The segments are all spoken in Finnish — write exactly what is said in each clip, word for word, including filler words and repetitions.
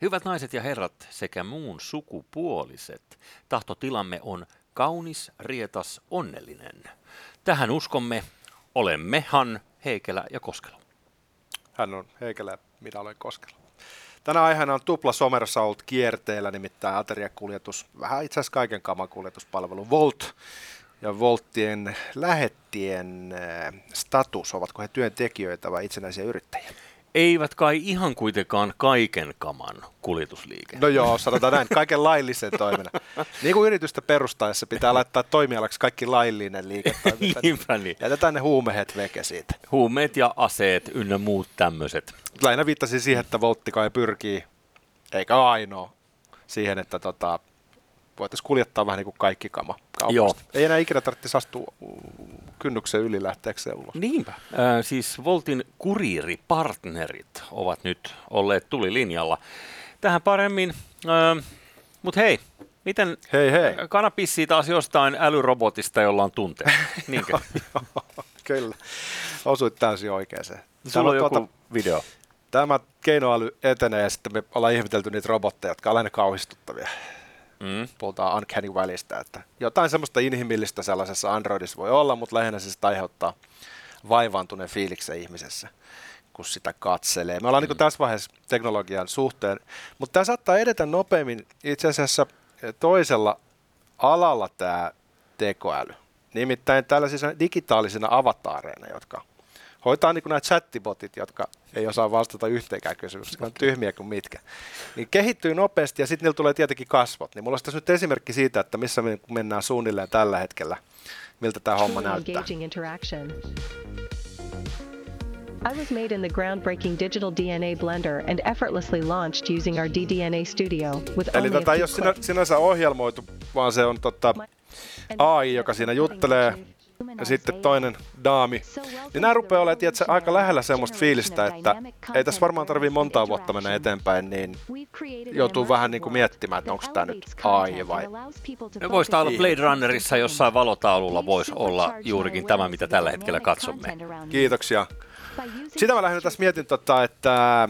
Hyvät naiset ja herrat sekä muun sukupuoliset, tahtotilamme on kaunis, rietas, onnellinen. Tähän uskomme, olemmehan Heikelä ja Koskelo. Hän on Heikelä ja minä olen Koskelo. Tänä aiheena on tupla Somerossa ollut kierteellä, nimittäin ateriakuljetus, vähän itse asiassa kaiken kaman kuljetuspalvelu Volt ja Volttien lähettien status, ovatko he työntekijöitä vai itsenäisiä yrittäjiä? Eivät kai ihan kuitenkaan kaiken kaman kuljetusliike. No joo, sanotaan näin, kaiken laillisen toiminnan. Niin kuin yritystä perustaessa pitää laittaa toimialaksi kaikki laillinen liiketoiminta. Niinpä niin. Jätetään ne huumehet veke siitä. Huumeet ja aseet ynnä muut tämmöiset. Lähinnä viittasin siihen, että Voltti kai pyrkii, eikä ainoa, siihen, että tota, voitaisiin kuljettaa vähän niin kuin kaikki kama kaupasta. Joo. Ei enää ikinä tarvitsisi astua kynnyksen yli lähteäkseen ulos. Niinpä. Äh, siis Voltin kuriiripartnerit ovat nyt olleet tulilinjalla. Tähän paremmin, äh, mutta hei, miten hei, hei. kana pissii taas jostain älyrobotista, jolla on tunteet? Niinkö? Kyllä, osuit täysin oikeeseen. Sulla on joku tuota, video. Tämä keinoäly etenee ja sitten me ollaan ihmetelty niitä robotteja, jotka on aina kauhistuttavia. Mm. Puhutaan Uncanny Valleystä, että jotain semmoista inhimillistä sellaisessa Androidissa voi olla, mutta lähinnä se sitä aiheuttaa vaivaantuneen fiiliksen ihmisessä, kun sitä katselee. Me ollaan mm. niin kuin tässä vaiheessa teknologian suhteen, mutta tämä saattaa edetä nopeammin itse asiassa toisella alalla tämä tekoäly, nimittäin tällaisina digitaalisina avataareina, jotka hoitaa niin kuin nämä chattibotit, jotka ei osaa vastata yhteenkään kysymykseen, on tyhmiä kuin mitkä. Niin kehittyy nopeasti ja sitten niillä tulee tietenkin kasvot. Niin mulla olisi tässä nyt esimerkki siitä, että missä me mennään suunnilleen tällä hetkellä, miltä tämä homma näyttää. I was made in the groundbreaking digital D N A blender and effortlessly launched using our D D N A studio with Eli only tätä ei ole sinä, sinänsä ohjelmoitu, vaan se on tota, A I, joka siinä juttelee. Ja sitten toinen daami, niin nämä rupeaa olemaan tietysti, aika lähellä semmoista fiilistä, että ei tässä varmaan tarvitse montaa vuotta mennä eteenpäin, niin joutuu vähän niin kuin miettimään, että onko tämä nyt A I vai... Voisi olla Blade Runnerissa jossain valotaululla, voisi olla juurikin tämä, mitä tällä hetkellä katsomme. Kiitoksia. Sitä mä lähdin tässä mietin, tota, että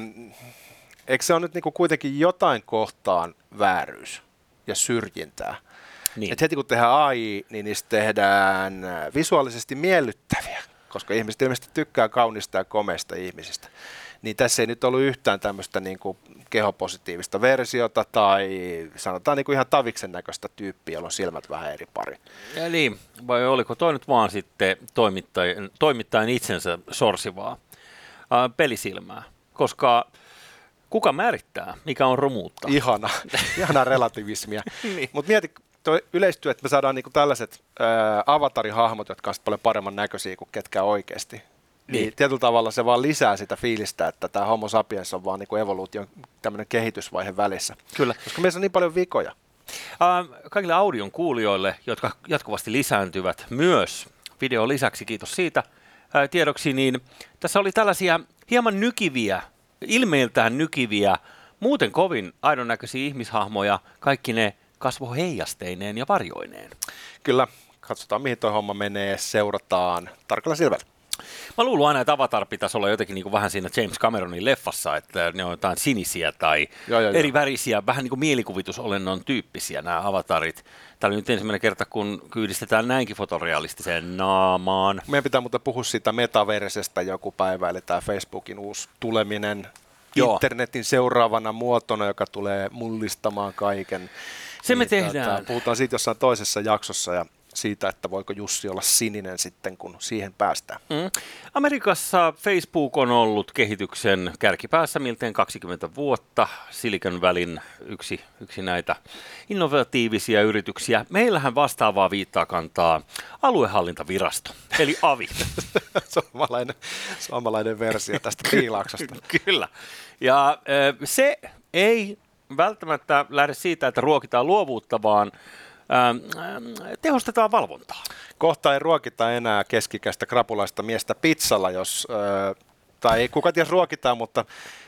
eikö se ole nyt niin kuin kuitenkin jotain kohtaan vääryys ja syrjintää? Niin. Et heti kun tehdään A I, niin niistä tehdään visuaalisesti miellyttäviä, koska ihmiset ilmeisesti tykkää kaunista ja komeista ihmisistä. Niin tässä ei nyt ollut yhtään tämmöistä niin kuin kehopositiivista versiota tai sanotaan niin kuin ihan taviksen näköistä tyyppiä, jolla on silmät vähän eri pari. Eli vai oliko toi nyt vaan sitten toimittajan, toimittajan itsensä sorsivaa äh, pelisilmää, koska kuka määrittää, mikä on romuutta? Ihana, ihana relativismia. Niin. Mutta mieti, toi yleistyy, että me saadaan niinku tällaiset ää, avatarihahmot, jotka on paljon paremman näköisiä kuin ketkä oikeasti. Niin. Niin tietyllä tavalla se vaan lisää sitä fiilistä, että tämä Homo sapiens on vaan niinku evoluution tämmöinen kehitysvaihe välissä. Kyllä. Koska meissä on niin paljon vikoja. Äh, kaikille audion kuulijoille, jotka jatkuvasti lisääntyvät myös videon lisäksi, kiitos siitä äh, tiedoksi, niin tässä oli tällaisia hieman nykiviä, ilmeiltään nykiviä, muuten kovin aidon näköisiä ihmishahmoja, kaikki ne kasvoheijasteineen ja varjoineen. Kyllä, katsotaan mihin tuo homma menee, seurataan tarkalla silmällä. Mä luulen aina, että Avatar pitäisi olla jotenkin niin kuin vähän siinä James Cameronin leffassa, että ne on jotain sinisiä tai joo, joo, eri joo. värisiä, vähän niin kuin mielikuvitusolennon tyyppisiä nämä avatarit. Tämä oli nyt ensimmäinen kerta, kun kyydistetään näinkin fotorealistiseen naamaan. Meidän pitää mutta puhua siitä metaversesta joku päivä, eli tämä Facebookin uusi tuleminen joo. internetin seuraavana muotona, joka tulee mullistamaan kaiken. Se me niin, tehdään. Tätä, puhutaan siitä jossain toisessa jaksossa ja siitä, että voiko Jussi olla sininen sitten, kun siihen päästään. Mm. Amerikassa Facebook on ollut kehityksen kärkipäässä miltei kaksikymmentä vuotta. Silicon Valleyn yksi, yksi näitä innovatiivisia yrityksiä. Meillähän vastaavaa viittaa kantaa aluehallintavirasto, eli avi. Suomalainen, suomalainen versio tästä piilaaksosta. Kyllä. Ja se ei välttämättä lähde siitä, että ruokitaan luovuutta, vaan Ähm, tehostetaan valvontaa. Kohta ei ruokita enää keskikäistä krapulaista miestä pizzalla, jos, äh, tai ei kuka tiedä ruokitaan, mutta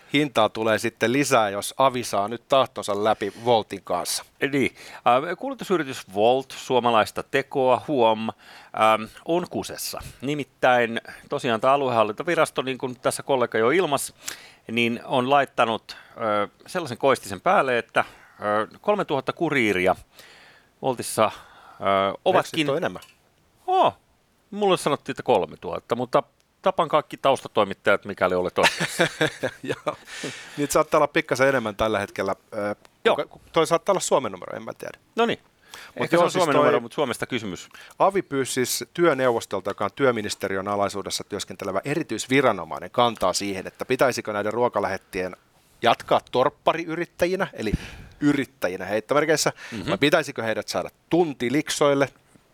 hintaa tulee sitten lisää, jos Avi saa nyt tahtonsa läpi Woltin kanssa. Niin. Kuljetusyritys Wolt, suomalaista tekoa, huom, on kusessa. Nimittäin tosiaan tämä aluehallintovirasto, niin kuin tässä kollega jo ilmasi, niin on laittanut sellaisen koistisen päälle, että kolmetuhatta kuriiria Woltissa ovatkin... Eikö enemmän? Oh, mulle sanottiin, että kolmetuhatta, mutta tapan kaikki taustatoimittajat, mikäli olet oikeassa. Joo, niitä saattaa olla pikkasen enemmän tällä hetkellä. Joo. Toi saattaa olla Suomen numero, en mä tiedä. No niin, ehkä se on Suomen siis numero, mutta Suomesta kysymys. Avi pyysi siis työneuvostolta, joka on työministeriön alaisuudessa työskentelevä erityisviranomainen, kantaa siihen, että pitäisikö näiden ruokalähettien jatkaa torppariyrittäjinä, eli yrittäjinä heittämerkeissä, mm-hmm. vai pitäisikö heidät saada tuntiliksoille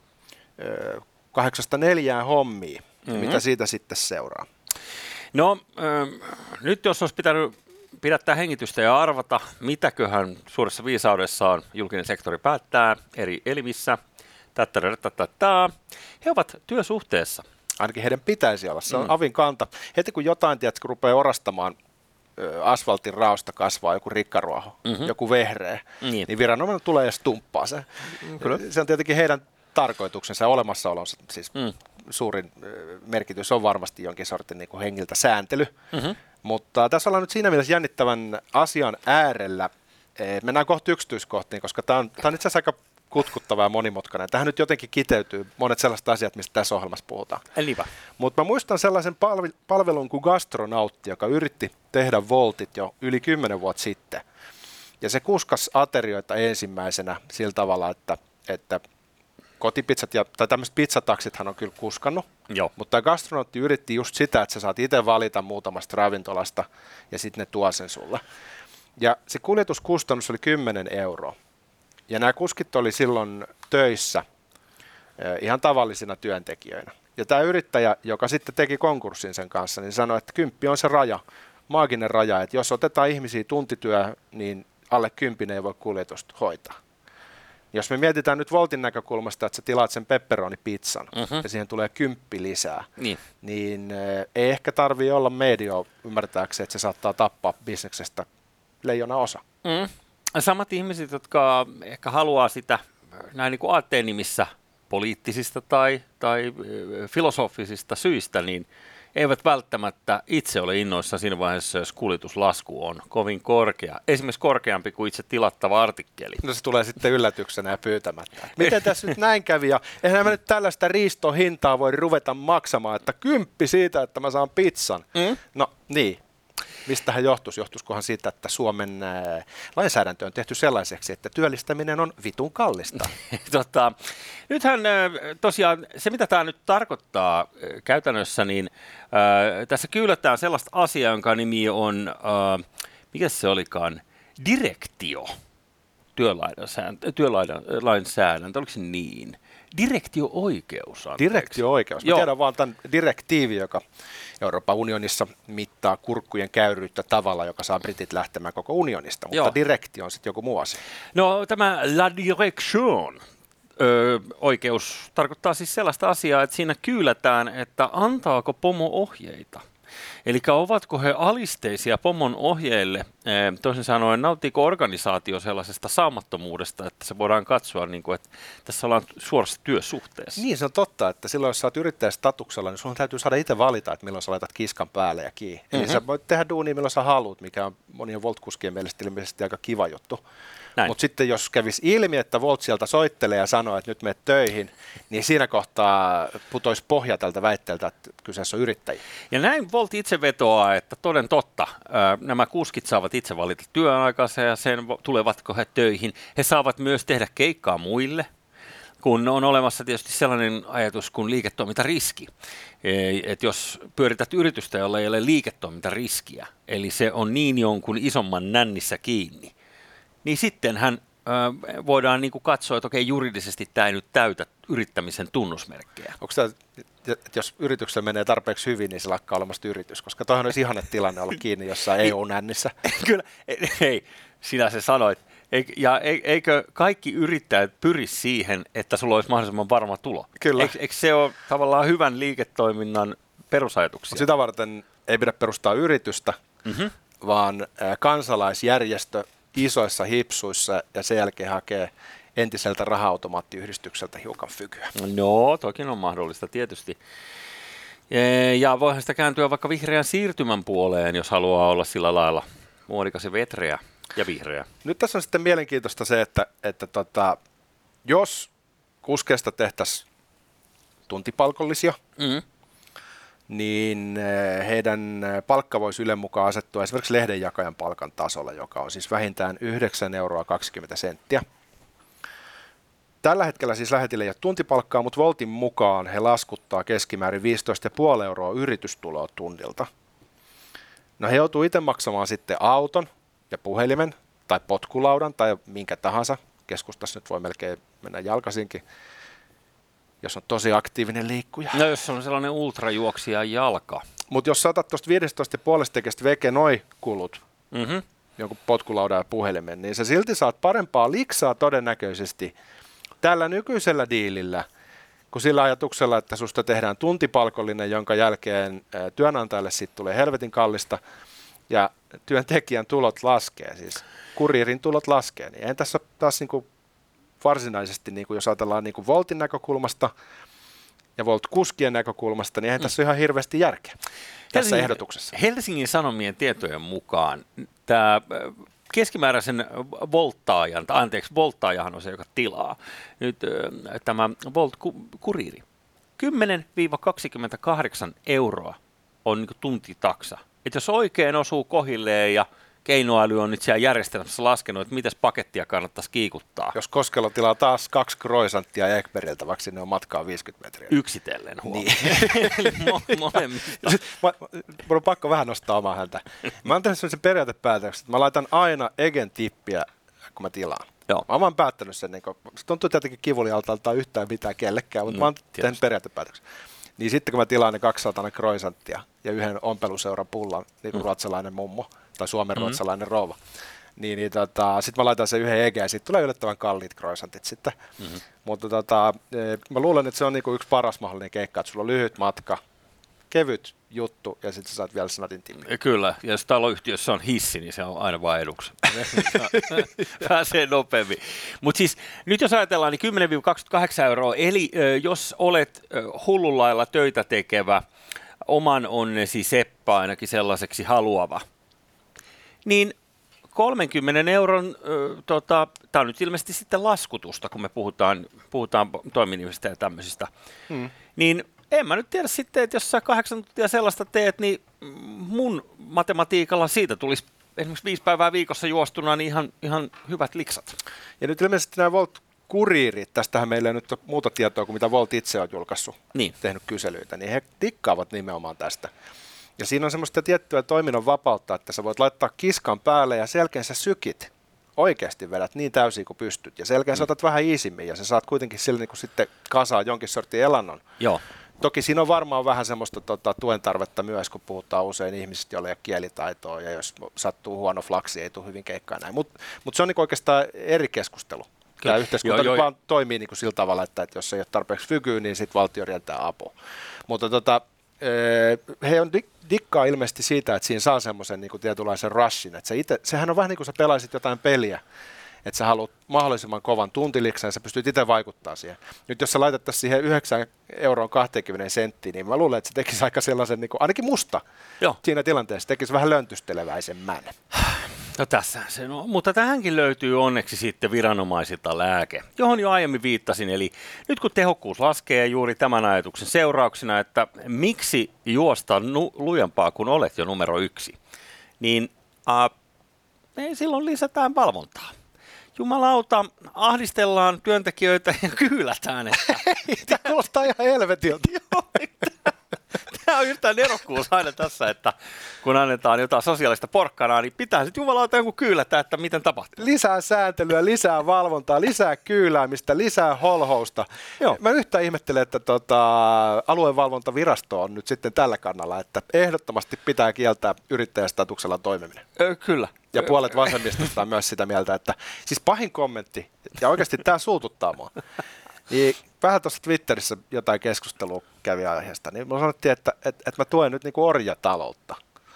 kahdeksasta neljään hommiin, mm-hmm. mitä siitä sitten seuraa? No äh, nyt jos olisi pitänyt pidättää hengitystä ja arvata, mitäköhän suuressa viisaudessaan julkinen sektori päättää eri elimissä, tätä, he ovat työsuhteessa. Ainakin heidän pitäisi olla, se on mm. Avin kanta. Heti kun jotain, tiedätkö, rupeaa orastamaan, asfaltin raosta kasvaa joku rikkaruoho, mm-hmm. joku vehreä, niin. niin viranomainen tulee ja stumppaa se. Kyllä. Se on tietenkin heidän tarkoituksensa ja olemassaolonsa, siis mm. suurin merkitys on varmasti jonkin sortin niin kuin hengiltä sääntely, mm-hmm. mutta tässä ollaan nyt siinä mielessä jännittävän asian äärellä. Mennään kohti yksityiskohtiin, koska tämä on, tämä on itse asiassa aika kutkuttava ja monimutkainen. Tähän nyt jotenkin kiteytyy monet sellaiset asiat, mistä tässä ohjelmassa puhutaan. Elipä. Mutta mä muistan sellaisen palvelun kuin Gastronautti, joka yritti tehdä Woltit jo yli kymmenen vuotta sitten. Ja se kuskas aterioita ensimmäisenä sillä tavalla, että, että kotipizzat ja, tai tämmöiset pizzataksithan on kyllä kuskannut. Joo. Mutta tämä Gastronautti yritti just sitä, että sä saat itse valita muutamasta ravintolasta ja sitten ne tuo sen sulle. Ja se kuljetuskustannus oli kymmenen euroa. Ja nämä kuskit oli silloin töissä ihan tavallisina työntekijöinä. Ja tämä yrittäjä, joka sitten teki konkurssin sen kanssa, niin sanoi, että kymppi on se raja, maaginen raja, että jos otetaan ihmisiä tuntityö, niin alle kympinen ei voi kuljetusta hoitaa. Jos me mietitään nyt Woltin näkökulmasta, että sä tilaat sen pepperoni-pizzan uh-huh. ja siihen tulee kymppi lisää, niin, niin ei ehkä tarvitse olla medio ymmärtääkseen, että se saattaa tappaa bisneksestä leijona osa. Mm. Samat ihmiset, jotka ehkä haluaa sitä näin niin kuin aatteen nimissä poliittisista tai, tai filosofisista syistä, niin eivät välttämättä itse ole innoissa siinä vaiheessa, jos kuljetuslasku on kovin korkea. Esimerkiksi korkeampi kuin itse tilattava artikkeli. No se tulee sitten yllätyksenä ja pyytämättä. Miten tässä nyt näin kävi? Ja eihän mä nyt tällaista riistohintaa voi ruveta maksamaan, että kymppi siitä, että mä saan pizzan. Mm? No niin. Mistähän johtuisi? Johtuisikohan siitä, että Suomen äh, lainsäädäntö on tehty sellaiseksi, että työllistäminen on vitun kallista? tota, nythän äh, tosiaan se, mitä tämä nyt tarkoittaa äh, käytännössä, niin äh, tässä kyylätään sellaista asiaa, jonka nimi on, äh, mikä se olikaan, direktio, työlainsäädäntö, oliko se niin? Direktio-oikeus. Direktio-oikeus. Mä tiedän vaan tämän direktiivi, joka Euroopan unionissa mittaa kurkkujen käyryyttä tavalla, joka saa britit lähtemään koko unionista, mutta Joo. direktio on sitten joku muu asia. No tämä la direction ö, oikeus tarkoittaa siis sellaista asiaa, että siinä kyylätään, että antaako pomo ohjeita. Eli ovatko he alisteisia pomon ohjeille, toisin sanoen nauttiiko organisaatio sellaisesta saamattomuudesta, että se voidaan katsoa, niin kuin, että tässä ollaan suorassa työsuhteessa. Niin, se on totta, että silloin jos sä oot yrittäjästatuksella, niin sun täytyy saada itse valita, että milloin sä laitat kiskan päälle ja kiinni. Mm-hmm. Eli sä voit tehdä duunia milloin sä haluat, mikä on monien Volt-kuskien mielestä ilmeisesti aika kiva juttu. Mutta sitten jos kävisi ilmi, että Volt sieltä soittelee ja sanoo, että nyt menet töihin, niin siinä kohtaa putoisi pohja tältä väitteeltä, että kyseessä on yrittäjä. Ja näin Volt itse vetoaa, että toden totta, nämä kuskit saavat itse valita työaikansa ja sen tulevatko he töihin. He saavat myös tehdä keikkaa muille, kun on olemassa tietysti sellainen ajatus kuin liiketoimintariski. Että jos pyörität yritystä, jolla ei ole liiketoimintariskiä, eli se on niin jonkun isomman nännissä kiinni, niin sittenhän ö, voidaan niin kuin katsoa, että okei, juridisesti tämä ei nyt täytä yrittämisen tunnusmerkkejä. Onko tämä, että jos yrityksellä menee tarpeeksi hyvin, niin se lakkaa olemasta yritys? Koska toihan olisi ihana tilanne olla kiinni jossain E U-nännissä. Kyllä, ei, sinä se sanoit. Ja eikö kaikki yrittäjät pyri siihen, että sulla olisi mahdollisimman varma tulo? Kyllä. Eikö, eikö se ole tavallaan hyvän liiketoiminnan perusajatuksia? Sitä varten ei pidä perustaa yritystä, mm-hmm. vaan kansalaisjärjestö isoissa hipsuissa ja sen jälkeen hakee entiseltä raha-automaattiyhdistykseltä hiukan fykyä. No, toki on mahdollista tietysti. Ja voihan sitä kääntyä vaikka vihreän siirtymän puoleen, jos haluaa olla sillä lailla muodikas ja vetreä ja vihreä. Nyt tässä on sitten mielenkiintoista se, että, että tota, jos kuskeista tehtäisiin tuntipalkollisia, mm. niin heidän palkka voisi Ylen mukaan asettua esimerkiksi lehdenjakajan palkan tasolle, joka on siis vähintään yhdeksän euroa kaksikymmentä senttiä. Tällä hetkellä siis lähetille ei ole tuntipalkkaa, mutta Voltin mukaan he laskuttaa keskimäärin viisitoista pilkku viisi euroa yritystuloa tunnilta. No he joutuu itse maksamaan sitten auton ja puhelimen tai potkulaudan tai minkä tahansa. Keskustassa nyt voi melkein mennä jalkaisinkin, jos on tosi aktiivinen liikkuja. No jos on sellainen ultrajuoksija jalka. Mutta jos saatat tuosta viisitoista pilkku viisi tekestä veke noi kulut, mm-hmm. jonkun potkulaudan ja puhelimen, niin sä silti saat parempaa liksaa todennäköisesti tällä nykyisellä diilillä, kuin sillä ajatuksella, että susta tehdään tuntipalkollinen, jonka jälkeen työnantajalle siitä tulee helvetin kallista ja työntekijän tulot laskee, siis kuriirin tulot laskee. Niin eihän tässä taas niinku varsinaisesti, niinku jos ajatellaan niinku Voltin näkökulmasta ja Volt-kuskien näkökulmasta, niin eihän mm. tässä ole ihan hirveästi järkeä tässä Helsingin, ehdotuksessa. Helsingin Sanomien tietojen mukaan tämä keskimääräisen volttaajan, tai anteeksi, volttaajahan on se, joka tilaa nyt tämä Volt-kuriiri. kymmenen kaksikymmentäkahdeksan euroa on niin kuin tuntitaksa. Et jos oikein osuu kohilleen ja keinoäly on nyt siellä järjestelmässä laskenut, että mitäs pakettia kannattaisi kiikuttaa. Jos Koskelo tilaa taas kaksi croissanttia Ekbergiltä, vaikka sinne on matkaa viisikymmentä metriä. Yksitellen huomioon. Niin. Eli mo- molemmista. Mun on pakko vähän nostaa omaa häntä. Mä oon tehnyt sellaisen periaatepäätöksen, että mä laitan aina Egen tippiä, kun mä tilaan. Joo. Mä oon päättänyt sen, niin kun, se tuntuu tietenkin kivulialta tai yhtään mitään kellekään, mutta no, mä oon tietysti tehnyt periaatepäätöksen. Niin sitten kun mä tilaan ne kaksisataa croissanttia ja yhden ompeluseuran pullan, niin kuin mm. ruotsalainen mummo tai suomenruotsalainen mm. rouva, niin, niin tota, sitten mä laitan sen yhden Egen ja sitten tulee yllättävän kalliit croissantit sitten. Mm-hmm. Mutta tota, mä luulen, että se on niinku yksi paras mahdollinen keikka, että sulla on lyhyt matka, kevyt juttu ja sitten sä saat vielä snatin tipin. Kyllä, ja jos taloyhtiössä on hissi, niin se on aina vain eduksi. Pääsee nopeammin. Mutta siis nyt jos ajatellaan, niin kymmenen kaksikymmentäkahdeksan euroa, eli ö, jos olet ö, hullun lailla töitä tekevä, oman onnesi seppä ainakin sellaiseksi haluava, niin kolmenkymmenen euron, ö, tota, tämä on nyt ilmeisesti sitten laskutusta, kun me puhutaan, puhutaan toiminimistä ja tämmöisistä, hmm. niin en mä nyt tiedä sitten, että jos sä kahdeksan tuntia sellaista teet, niin mun matematiikalla siitä tulisi esimerkiksi viisi päivää viikossa juostuna niin ihan, ihan hyvät liksat. Ja nyt ilmeisesti nämä Volt-kuriirit, tästähän meillä ei nyt ole muuta tietoa kuin mitä Volt itse on julkaissut, niin. tehnyt kyselyitä, niin he tikkaavat nimenomaan tästä. Ja siinä on semmoista tiettyä toiminnan vapautta, että sä voit laittaa kiskan päälle ja selkeän sä sykit. Oikeasti vedät niin täysin kuin pystyt. Ja selkeän mm. sä otat vähän iisimmin ja sä saat kuitenkin sillä niin kuin sitten kasaa jonkin sortin elannon. Joo. Toki siinä on varmaan vähän semmoista tota, tuen tarvetta myös, kun puhutaan usein ihmisistä, joilla ei ole kielitaitoa ja jos sattuu huono flaksi, ei tule hyvin keikkaa näin. Mutta mut se on niin oikeastaan eri keskustelu. Tämä yhteiskunta joo, vaan toimii niin kuin sillä tavalla, että, että jos ei ole tarpeeksi fykyä, niin sitten valtio rientää apua. Mutta tota, he on dikkaa ilmeisesti siitä, että siinä saa semmoisen niin kuin tietynlaisen rushin. Että se ite, sehän on vähän niin kuin sä pelaisit jotain peliä, että sä haluat mahdollisimman kovan tuntiliksan ja sä pystyt itse vaikuttaa siihen. Nyt jos sä laitettaisiin siihen yhdeksän euroon kaksikymmentä senttiin, niin mä luulen, että se tekisi aika sellaisen, niin kuin, ainakin musta Joo. siinä tilanteessa, tekisi vähän löntysteleväisemmän. No tässä se no, mutta tähänkin löytyy onneksi sitten viranomaisilta lääke, johon jo aiemmin viittasin. Eli nyt kun tehokkuus laskee juuri tämän ajatuksen seurauksena, että miksi juosta nu- lujempaa, kun olet jo numero yksi, niin äh, silloin lisätään valvontaa. Jumalauta, ahdistellaan työntekijöitä ja kyylätään. Että tämä kuulostaa ihan helvetiltä. Tämä on yhtään nerokkuus aina tässä, että kun annetaan jotain sosiaalista porkkanaa, niin pitää sitten jumalauta jonkun kyylätä, että miten tapahtuu. Lisää sääntelyä, lisää valvontaa, lisää kyyläämistä, lisää holhousta. Joo. Mä yhtään ihmettelen, että tota, aluevalvontavirasto on nyt sitten tällä kannalla, että ehdottomasti pitää kieltää yrittäjästatuksella toimiminen. Ö, kyllä. Ja puolet vasemmistosta on myös sitä mieltä, että siis pahin kommentti, ja oikeasti tämä suututtaa mua. Niin vähän tuossa Twitterissä jotain keskustelua kävi aiheesta, niin mä sanottiin, että, että, että mä tuen nyt niinku orjataloutta.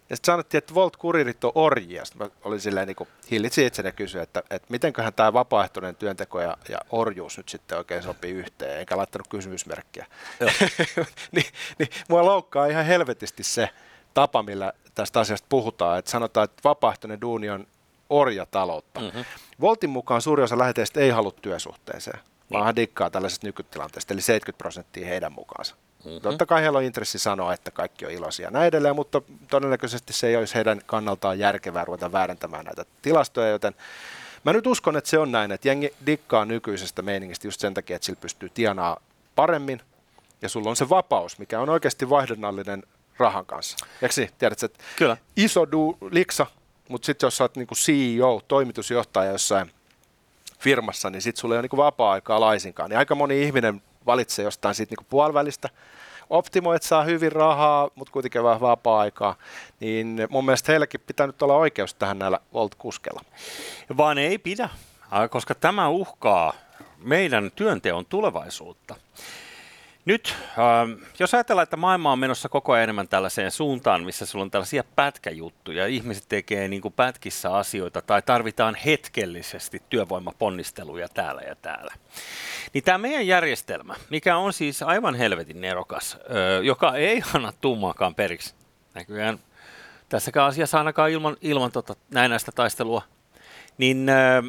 Ja sitten sanottiin, että Volt-kuriirit on orjia. Sitten mä olin silleen niin kuin hillitsin itseni ja kysyin, että, että mitenköhän tämä vapaaehtoinen työnteko ja, ja orjuus nyt sitten oikein sopii yhteen, enkä laittanut kysymysmerkkiä. niin, niin mua loukkaa ihan helvetisti se tapa, millä tästä asiasta puhutaan, että sanotaan, että vapaaehtoinen duuni on orjataloutta. Mm-hmm. Voltin mukaan suuri osa läheteistä ei halua työsuhteeseen, vaan hän dikkaa tällaisesta nykytilanteesta, eli seitsemänkymmentä prosenttia heidän mukaansa. Mm-hmm. Totta kai heillä on intressi sanoa, että kaikki on iloisia ja näin edelleen, mutta todennäköisesti se ei olisi heidän kannaltaan järkevää ruveta väärentämään näitä tilastoja, joten mä nyt uskon, että se on näin, että jengi dikkaa nykyisestä meiningistä just sen takia, että sillä pystyy tienaamaan paremmin ja sulla on se vapaus, mikä on oikeasti vaihdonnallinen rahan kanssa. Eikö niin? Tiedätkö, että Kyllä. iso du, liksa, mutta sitten jos sä oot niinku C E O, toimitusjohtaja jossain firmassa, niin sitten sulla ei ole niinku vapaa-aikaa laisinkaan. Niin aika moni ihminen valitsee jostain siitä niinku puolivälistä, optimoi, että saa hyvin rahaa, mutta kuitenkin vähän vapaa-aikaa, niin mun mielestä heilläkin pitää nyt olla oikeus tähän näillä Volt-kuskella. Vaan ei pidä, koska tämä uhkaa meidän työnteon tulevaisuutta. Nyt, äh, jos ajatellaan, että maailma on menossa koko ajan enemmän tällaiseen suuntaan, missä sulla on tällaisia pätkäjuttuja, ihmiset tekee niin kuin pätkissä asioita tai tarvitaan hetkellisesti työvoimaponnisteluja täällä ja täällä, niin tämä meidän järjestelmä, mikä on siis aivan helvetin nerokas, äh, joka ei anna tummaakaan periksi, näköjään tässäkään asiassa ainakaan ilman, ilman tota, näinäistä taistelua, niin äh,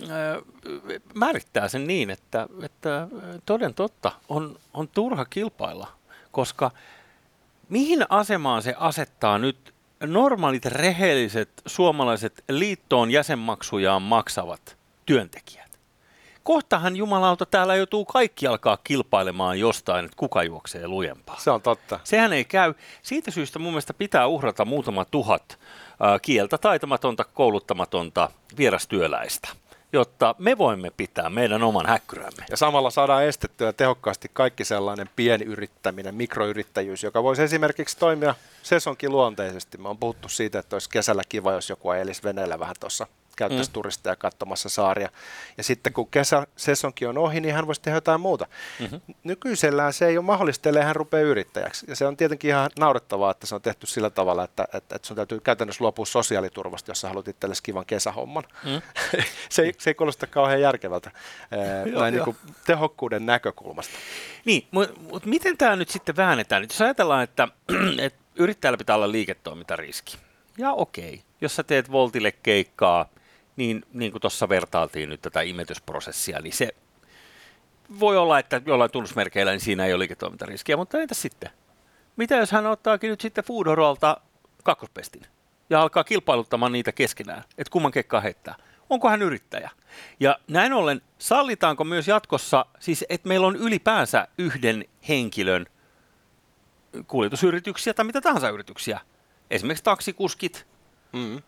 määrittää sen niin, että, että toden totta on, on turha kilpailla, koska mihin asemaan se asettaa nyt normaalit rehelliset suomalaiset liittoon jäsenmaksujaan maksavat työntekijät? Kohtahan jumalauta täällä joutuu kaikki alkaa kilpailemaan jostain, että kuka juoksee lujempaa. Se on totta. Sehän ei käy. Siitä syystä mun mielestä pitää uhrata muutama tuhat äh, kieltä taitamatonta, kouluttamatonta vierastyöläistä, jotta me voimme pitää meidän oman häkkyrämme. Ja samalla saadaan estettyä tehokkaasti kaikki sellainen pienyrittäminen, mikroyrittäjyys, joka voisi esimerkiksi toimia sesonkin luonteisesti. Me on puhuttu siitä, että olisi kesällä kiva, jos joku ajelisi veneellä vähän tuossa, käyttäisi mm. turisteja katsomassa saaria. Ja sitten kun kesä sesonki on ohi, niin hän voisi tehdä jotain muuta. Mm-hmm. Nykyisellään se ei ole mahdollista, ellei hän rupeaa yrittäjäksi. Ja se on tietenkin ihan naurettavaa, että se on tehty sillä tavalla, että, että, että sun täytyy käytännössä luopua sosiaaliturvasta, jos sä haluat itsellesi kivan kesähomman. Mm. se, ei, se ei kuulosta kauhean järkevältä ää, näin niin kuin tehokkuuden näkökulmasta. Niin, mutta mut miten tämä nyt sitten väännetään? Nyt jos ajatellaan, että, että yrittäjällä pitää olla liiketoimintariski. Ja okei, jos sä teet Voltille keikkaa, niin, niin kuin tuossa vertailtiin nyt tätä imetysprosessia, niin se voi olla, että jollain tunnusmerkeillä niin siinä ei ole liiketoimintariskiä, mutta entä sitten? Mitä jos hän ottaakin nyt sitten Foodorolta kakkospestin ja alkaa kilpailuttamaan niitä keskenään, että kumman kekkaa heittää? Onko hän yrittäjä? Ja näin ollen, sallitaanko myös jatkossa, siis että meillä on ylipäänsä yhden henkilön kuljetusyrityksiä tai mitä tahansa yrityksiä, esimerkiksi taksikuskit, mm.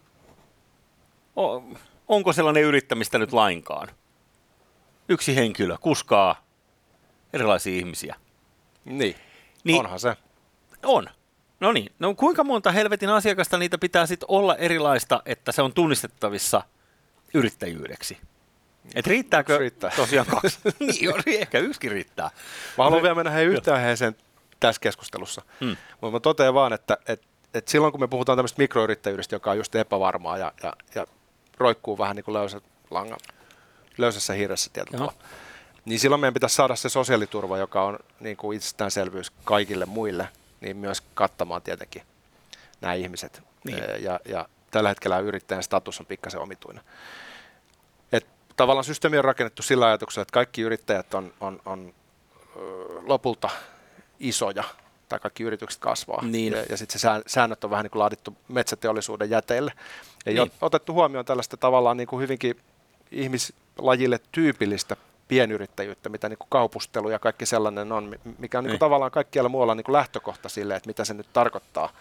o- onko sellainen yrittämistä nyt lainkaan? Yksi henkilö kuskaa erilaisia ihmisiä. Niin, niin onhan se. On. No niin, no kuinka monta helvetin asiakasta niitä pitää sitten olla erilaista, että se on tunnistettavissa yrittäjyydeksi? Et riittääkö riittää. tosiaan kaksi? Niin, ehkä yksikin riittää. Mä haluan vielä mennä hei yhteen aiheeseen tässä keskustelussa. Hmm. Mutta mä totean vaan, että, että, että silloin kun me puhutaan tämmöistä mikroyrittäjyydestä, joka on just epävarmaa ja, ja, ja roikkuu vähän niin kuin löysä langa, löysässä hirressä tietyllä tavalla, niin silloin meidän pitäisi saada se sosiaaliturva, joka on niin kuin itsestäänselvyys kaikille muille, niin myös kattamaan tietenkin nämä ihmiset. Niin. Ja, ja tällä hetkellä yrittäjän status on pikkasen omituinen. Et tavallaan systeemi on rakennettu sillä ajatuksella, että kaikki yrittäjät on, on, on ö, lopulta isoja, tai kaikki yritykset kasvaa. Niin. Ja, ja sitten se säännöt on vähän niin kuin laadittu metsäteollisuuden jäteille. Ei niin. ole otettu huomioon tällaista tavallaan niin kuin hyvinkin ihmislajille tyypillistä pienyrittäjyyttä, mitä niin kuin kaupustelu ja kaikki sellainen on, mikä on niin kuin tavallaan kaikkialla muualla niin kuin lähtökohta sille, että mitä se nyt tarkoittaa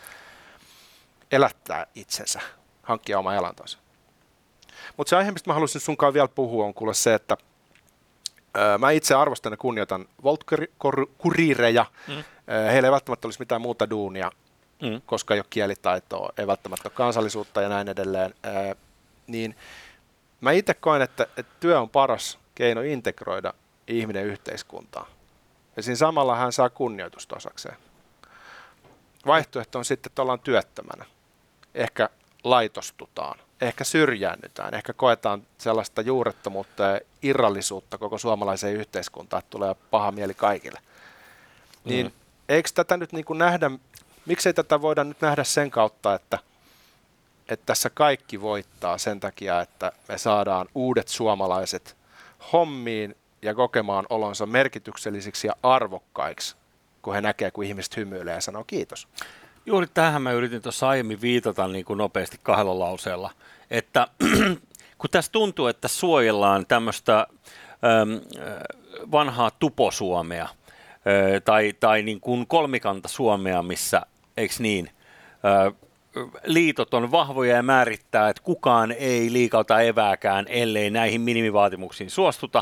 elättää itsensä, hankkia oma elantonsa. Mutta se aihe, mistä mä haluaisin sunkaan vielä puhua, on kuule se, että ää, mä itse arvostan ja kunnioitan Volt-kuriireja. Mm. Ää, heillä ei välttämättä olisi mitään muuta duunia, mm. koska ei ole kielitaitoa, ei välttämättä ole kansallisuutta ja näin edelleen. Ää, niin mä itse koen, että, että työ on paras keino integroida ihminen yhteiskuntaan. Ja siinä samalla hän saa kunnioitusta osakseen. Vaihtoehto on sitten, että ollaan työttömänä. ehkä laitostutaan, ehkä syrjäännytään, ehkä koetaan sellaista juurettomuutta ja irrallisuutta koko suomalaiseen yhteiskuntaan, että tulee paha mieli kaikille. Niin mm. eikö tätä nyt niin kuin nähdä, miksei tätä voida nyt nähdä sen kautta, että, että tässä kaikki voittaa sen takia, että me saadaan uudet suomalaiset hommiin ja kokemaan olonsa merkityksellisiksi ja arvokkaiksi, kun he näkee, kun ihmiset hymyilee ja sanoo kiitos. Juuri tähän mä yritin tuossa aiemmin viitata niin kuin nopeasti kahdella lauseella, että kun tässä tuntuu, että suojellaan tämmöistä äm, vanhaa tuposuomea ä, tai, tai niin kuin kolmikanta Suomea, missä, eikö niin, ä, liitot on vahvoja ja määrittää, että kukaan ei liikauta evääkään, ellei näihin minimivaatimuksiin suostuta,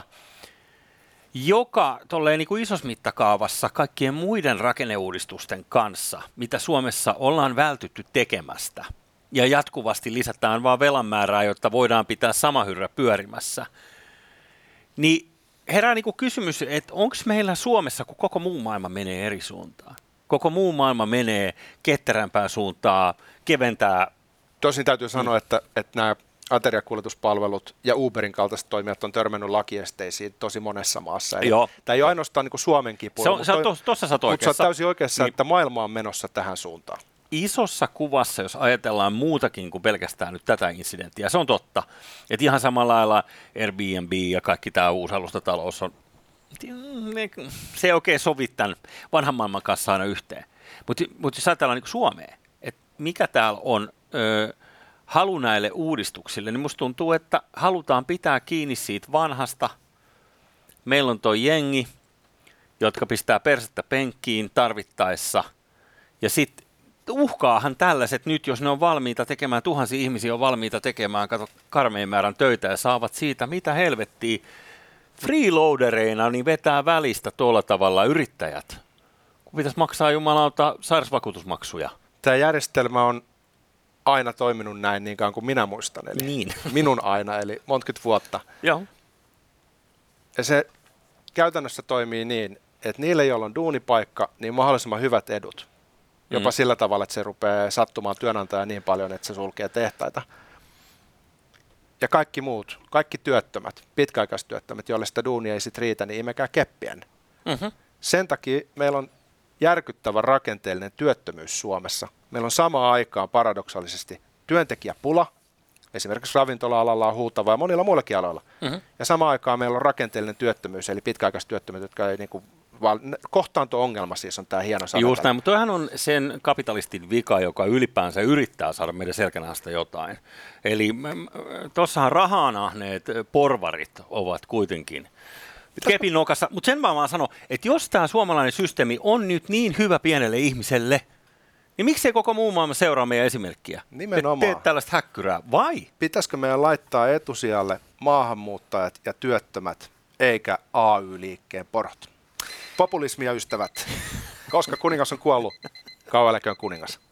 joka tolleen niin kuin isossa mittakaavassa kaikkien muiden rakenneuudistusten kanssa, mitä Suomessa ollaan vältytty tekemästä, ja jatkuvasti lisätään vaan velan määrää, jotta voidaan pitää sama hyrrä pyörimässä, niin herää niin kuin kysymys, että onko meillä Suomessa, kun koko muu maailma menee eri suuntaan? Koko muu maailma menee ketterämpään suuntaan, keventää. Tosin täytyy sanoa, mm. että, että nämä ateriakuljetuspalvelut ja Uberin kaltaiset toimijat on törmännyt lakiesteisiin tosi monessa maassa. Eli tämä ei ole ainoastaan niin kuin Suomen kipuilla, se on, mutta, se on tos, tossa sä oot mutta sä oot täysin oikeassa, niin, että maailma on menossa tähän suuntaan. Isossa kuvassa, jos ajatellaan muutakin kuin pelkästään nyt tätä incidenttiä, se on totta. Että ihan samalla lailla Airbnb ja kaikki tämä uusi alustatalous on, se ei oikein sovi tämän vanhan maailman kanssa aina yhteen. Mutta mut jos ajatellaan niin Suomea, että mikä täällä on ö, halu näille uudistuksille, niin musta tuntuu, että halutaan pitää kiinni siitä vanhasta. Meillä on toi jengi, jotka pistää persettä penkkiin tarvittaessa, ja sitten uhkaahan tällaiset nyt, jos ne on valmiita tekemään, tuhansia ihmisiä on valmiita tekemään, kato karmeen määrän töitä ja saavat siitä, mitä helvettiä, freeloadereina, niin vetää välistä tuolla tavalla yrittäjät, kun pitäisi maksaa jumalauta sairausvakuutusmaksuja. Tämä järjestelmä on aina toiminut näin niin kauan kuin minä muistan, eli niin. minun aina, eli montakymmentä vuotta. Joo. Ja se käytännössä toimii niin, että niille, joilla on duunipaikka, niin mahdollisimman hyvät edut. Jopa mm. sillä tavalla, että se rupeaa sattumaan työnantaja niin paljon, että se sulkee tehtaita. Ja kaikki muut, kaikki työttömät, pitkäaikaistyöttömät, joille sitä duunia ei sit riitä, niin imekää keppiä. Mm-hmm. Sen takia meillä on järkyttävä rakenteellinen työttömyys Suomessa. Meillä on samaan aikaan paradoksaalisesti työntekijäpula, esimerkiksi ravintola-alalla on huutava ja monilla muillakin aloilla. Mm-hmm. Ja samaan aikaan meillä on rakenteellinen työttömyys, eli pitkäaikaistyöttömät, jotka ei niinku, kohtaanto-ongelma siis on tämä hieno sana. Just näin, mutta toihan on sen kapitalistin vika, joka ylipäänsä yrittää saada meidän selkänahasta jotain. Eli tuossahan rahanahneet porvarit ovat kuitenkin kepin nokassa, mutta sen vaan sanon, että jos tämä suomalainen systeemi on nyt niin hyvä pienelle ihmiselle, niin miksei koko muu maailma seuraa meidän esimerkkiä? Nimenomaan. Teet tällaista häkkyrää, vai? Pitäisikö meidän laittaa etusijalle maahanmuuttajat ja työttömät, eikä A Y-liikkeen porot? Populismia, ystävät. Koska kuningas on kuollut, kauan eläköön kuningas.